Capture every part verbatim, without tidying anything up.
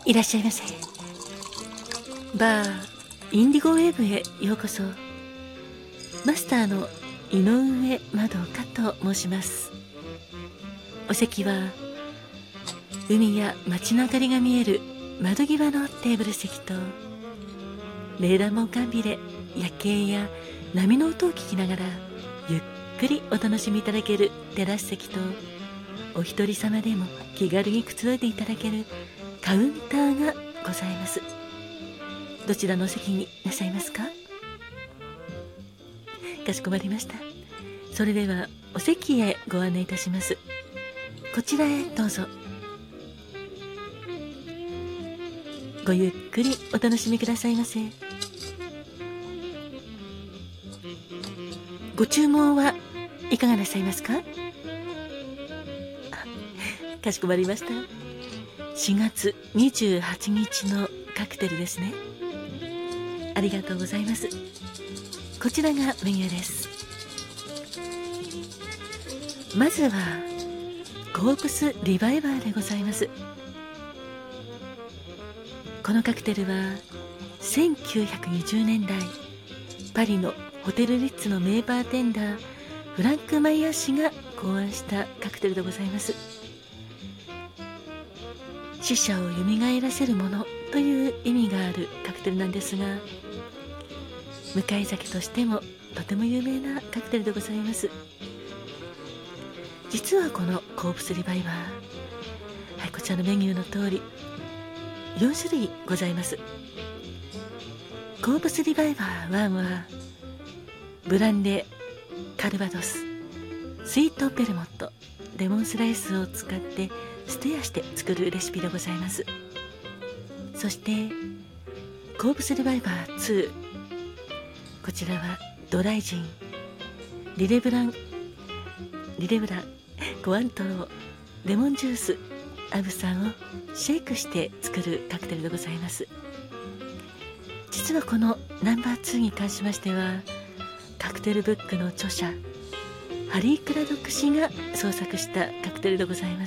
いらっしゃいませ。バーインディゴウェーブへようこそ。マスターの井上まどかと申します。お席は海や街の明かりが見える窓際のテーブル席と、冷暖房完備で夜景や波の音を聞きながらゆっくりお楽しみいただけるテラス席と、お一人様でも気軽にくつろいでいただけるカウンターがございます。どちらのお席になさいますか？かしこまりました。それではお席へご案内いたします。こちらへどうぞ。ごゆっくりお楽しみくださいませ。ご注文はいかがなさいますか？かしこまりました。しがつにじゅうはちにちのカクテルですね。ありがとうございます。こちらがメニューです。まずはコープスリバイバーでございます。このカクテルはせんきゅうひゃくにじゅうねんだいパリのホテルリッツの名バーテンダーフランク・マイヤー氏が考案したカクテルでございます。死者をよみがえらせるものという意味があるカクテルなんですが、向かい酒としてもとても有名なカクテルでございます。実はこのコープスリバイバー、はい、こちらのメニューの通りよんしゅるいございます。コープスリバイバーワンはブランデー、カルバドス、スイートベルモット、レモンスライスを使ってステアして作るレシピでございます。そしてコープスリバイバーツー、こちらはドライジン、リレブランリレブランコアントロー、レモンジュース、アブサンをシェイクして作るカクテルでございます。実はこのナンバーツーに関しましては、カクテルブックの著者ハリー・クラドック氏が創作したカクテルでございます。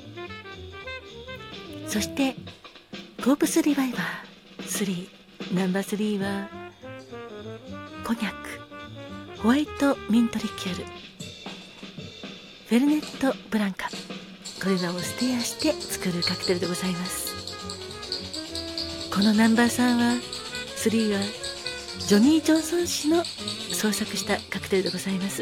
そしてコープスリバイバースリー、ナンバースリーはコニャック、ホワイトミントリキュール、フェルネットブランカ、これらをステアして作るカクテルでございます。このナンバーさんはスリーはジョニー・ジョンソン氏の創作したカクテルでございます。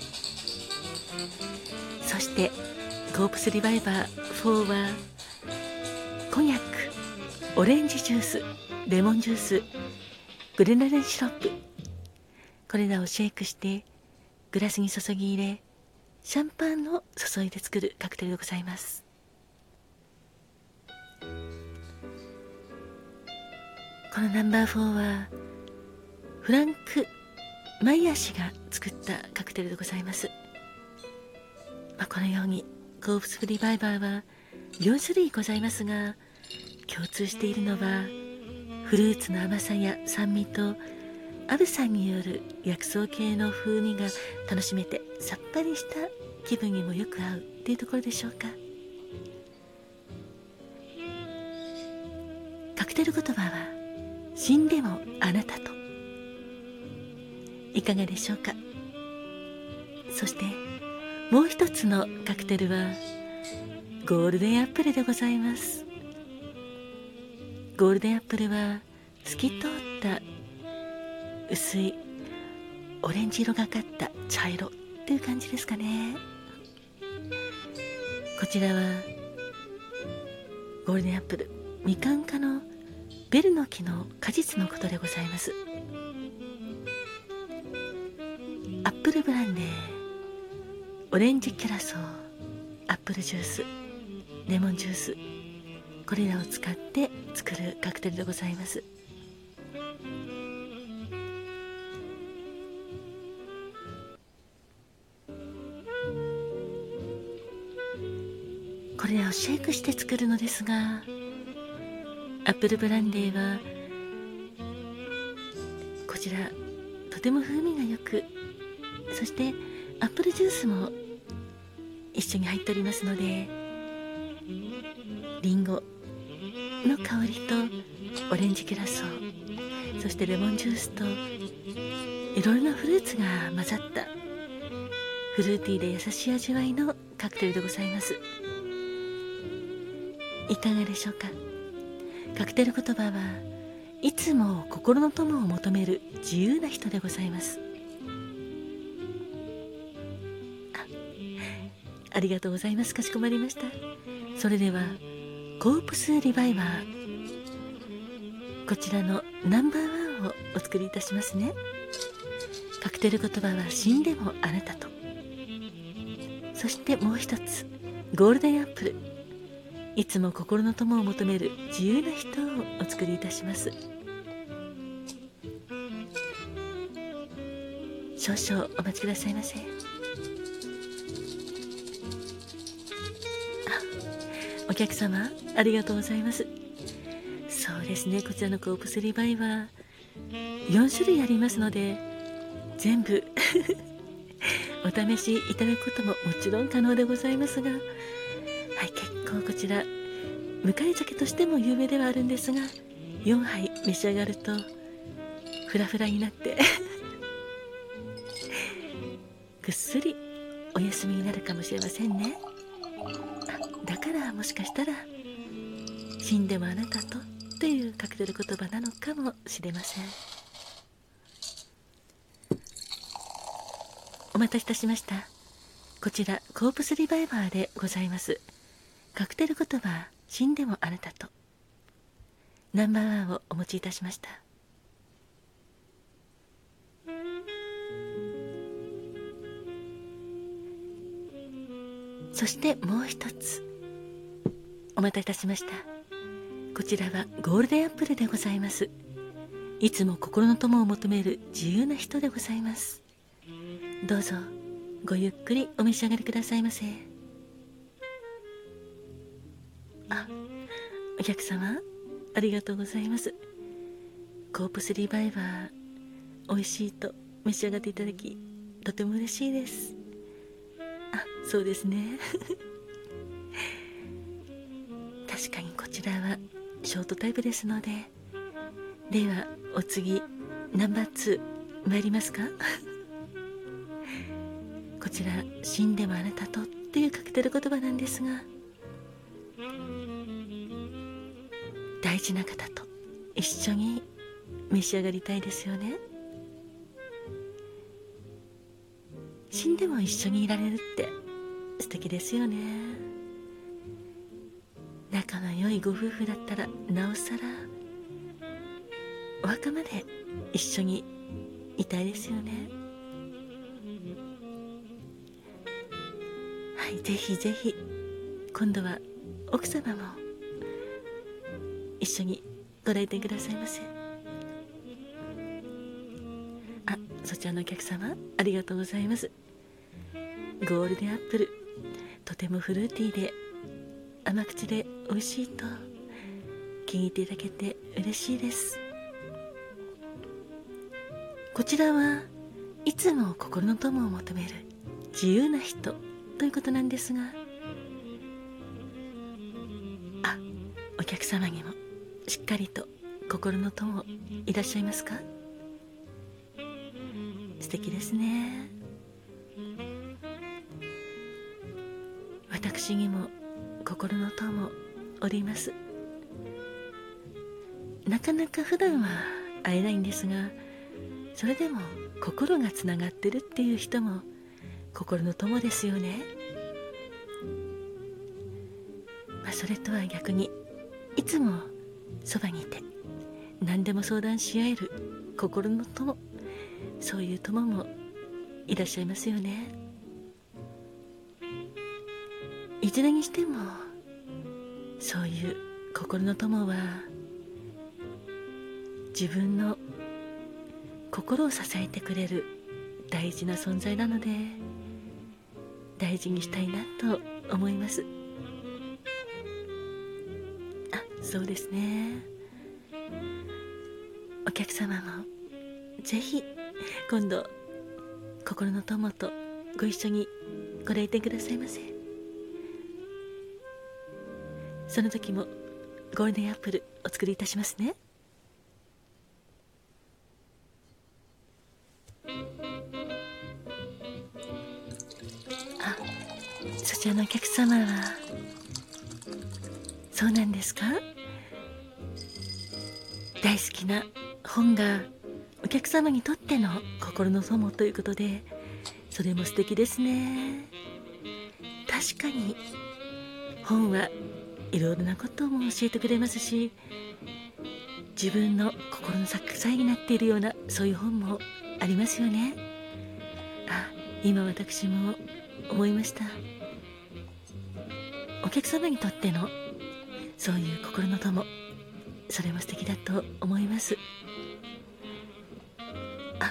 そしてコープスリバイバーフォーはコニャック、オレンジジュース、レモンジュース、グレナデンシロップ、これらをシェイクしてグラスに注ぎ入れ、シャンパンを注いで作るカクテルでございます。このナンバーフォーはフランク・マイヤー氏が作ったカクテルでございます。まあ、このようにコープスリバイバーはよんしゅるいございますが、共通しているのはフルーツの甘さや酸味とアブさんによる薬草系の風味が楽しめて、さっぱりした気分にもよく合うというところでしょうか。カクテル言葉は死んでもあなたと、いかがでしょうか。そしてもう一つのカクテルはゴールデンアップルでございます。ゴールデンアップルは透き通った薄いオレンジ色がかった茶色っていう感じですかね。こちらはゴールデンアップル、みかん科のベルの木の果実のことでございます。アップルブランデー、オレンジキャラソー、アップルジュース、レモンジュース、これらを使って作るカクテルでございます。これらをシェイクして作るのですが、アップルブランデーはこちらとても風味がよく、そしてアップルジュースも一緒に入っておりますので、リンゴ、 の香りとオレンジキュラソー、そしてレモンジュースといろいろなフルーツが混ざったフルーティーで優しい味わいのカクテルでございます。いかがでしょうか。カクテル言葉はいつも心の友を求める自由な人でございます。あ、ありがとうございます。かしこまりました。それではコープスリバイバー、こちらのナンバーワンをお作りいたしますね。カクテル言葉は死んでもあなたと、そしてもう一つゴールデンアップル、いつも心の友を求める自由な人をお作りいたします。少々お待ちくださいませ。あ、お客様ありがとうございます。そうですね、こちらのコープスリバイバーよん種類ありますので、全部お試しいただくことももちろん可能でございますが、はい、結構こちら向かい酒としても有名ではあるんですが、よんはい召し上がるとフラフラになってぐっすりお休みになるかもしれませんね。だからもしかしたら死んでもあなたとというカクテル言葉なのかもしれません。お待たせいたしました。こちらコープスリバイバーでございます。カクテル言葉死んでもあなたとナンバーワンをお持ちいたしました。そしてもう一つお待たせいたしました。こちらはゴールデンアップルでございます。いつも心の友を求める自由な人でございます。どうぞごゆっくりお召し上がりくださいませ。あ、お客様ありがとうございます。コープスリバイバー美味しいと召し上がっていただきとても嬉しいです。あ、そうですね確かにこちらはショートタイプですので、ではお次ナンバーツー参りますかこちら死んでもあなたとっていうカクテル言葉なんですが、大事な方と一緒に召し上がりたいですよね。死んでも一緒にいられるって素敵ですよね。仲の良いご夫婦だったらなおさらお墓まで一緒にいたいですよね。はい、ぜひぜひ今度は奥様も一緒にご来店くださいませ。あ、そちらのお客様ありがとうございます。ゴールデンアップルとてもフルーティーで甘口で美味しいと気に入っていただけて嬉しいです。こちらはいつも心の友を求める自由な人ということなんですが、あ、お客様にもしっかりと心の友いらっしゃいますか。素敵ですね。私にも心の友おります。なかなか普段は会えないんですが、それでも心がつながってるっていう人も心の友ですよね。まあ、それとは逆にいつもそばにいて何でも相談し合える心の友、そういう友もいらっしゃいますよね。いずれにしてもそういう心の友は自分の心を支えてくれる大事な存在なので、大事にしたいなと思います。あ、そうですね。お客様もぜひ今度心の友とご一緒にご来店くださいませ。その時もゴールデンアップルお作りいたしますね。あ、そちらのお客様はそうなんですか？大好きな本がお客様にとっての心の友ということで、それも素敵ですね。確かに本はいろいろなことも教えてくれますし、自分の心の支えになっているようなそういう本もありますよね。あ、今私も思いました。お客様にとってのそういう心の友、それも素敵だと思います。あ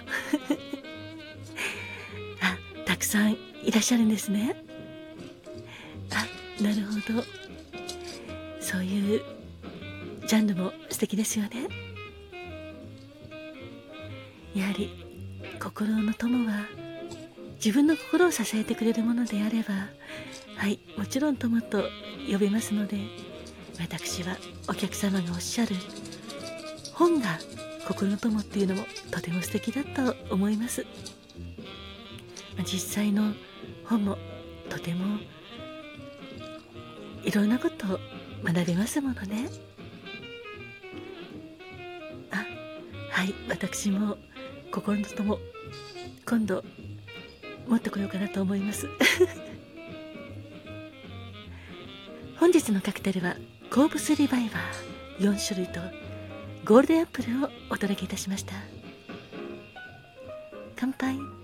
あ、たくさんいらっしゃるんですね。あ、なるほど。そういうジャンルも素敵ですよね。やはり心の友は自分の心を支えてくれるものであれば、はい、もちろん友と呼べますので、私はお客様がおっしゃる本が心の友っていうのもとても素敵だと思います。実際の本もとてもいろんなことを学べますものね。あ、はい、私も心の友今度持ってこようかなと思います本日のカクテルはコープスリバイバーよん種類とゴールデンアップルをお届けいたしました。乾杯。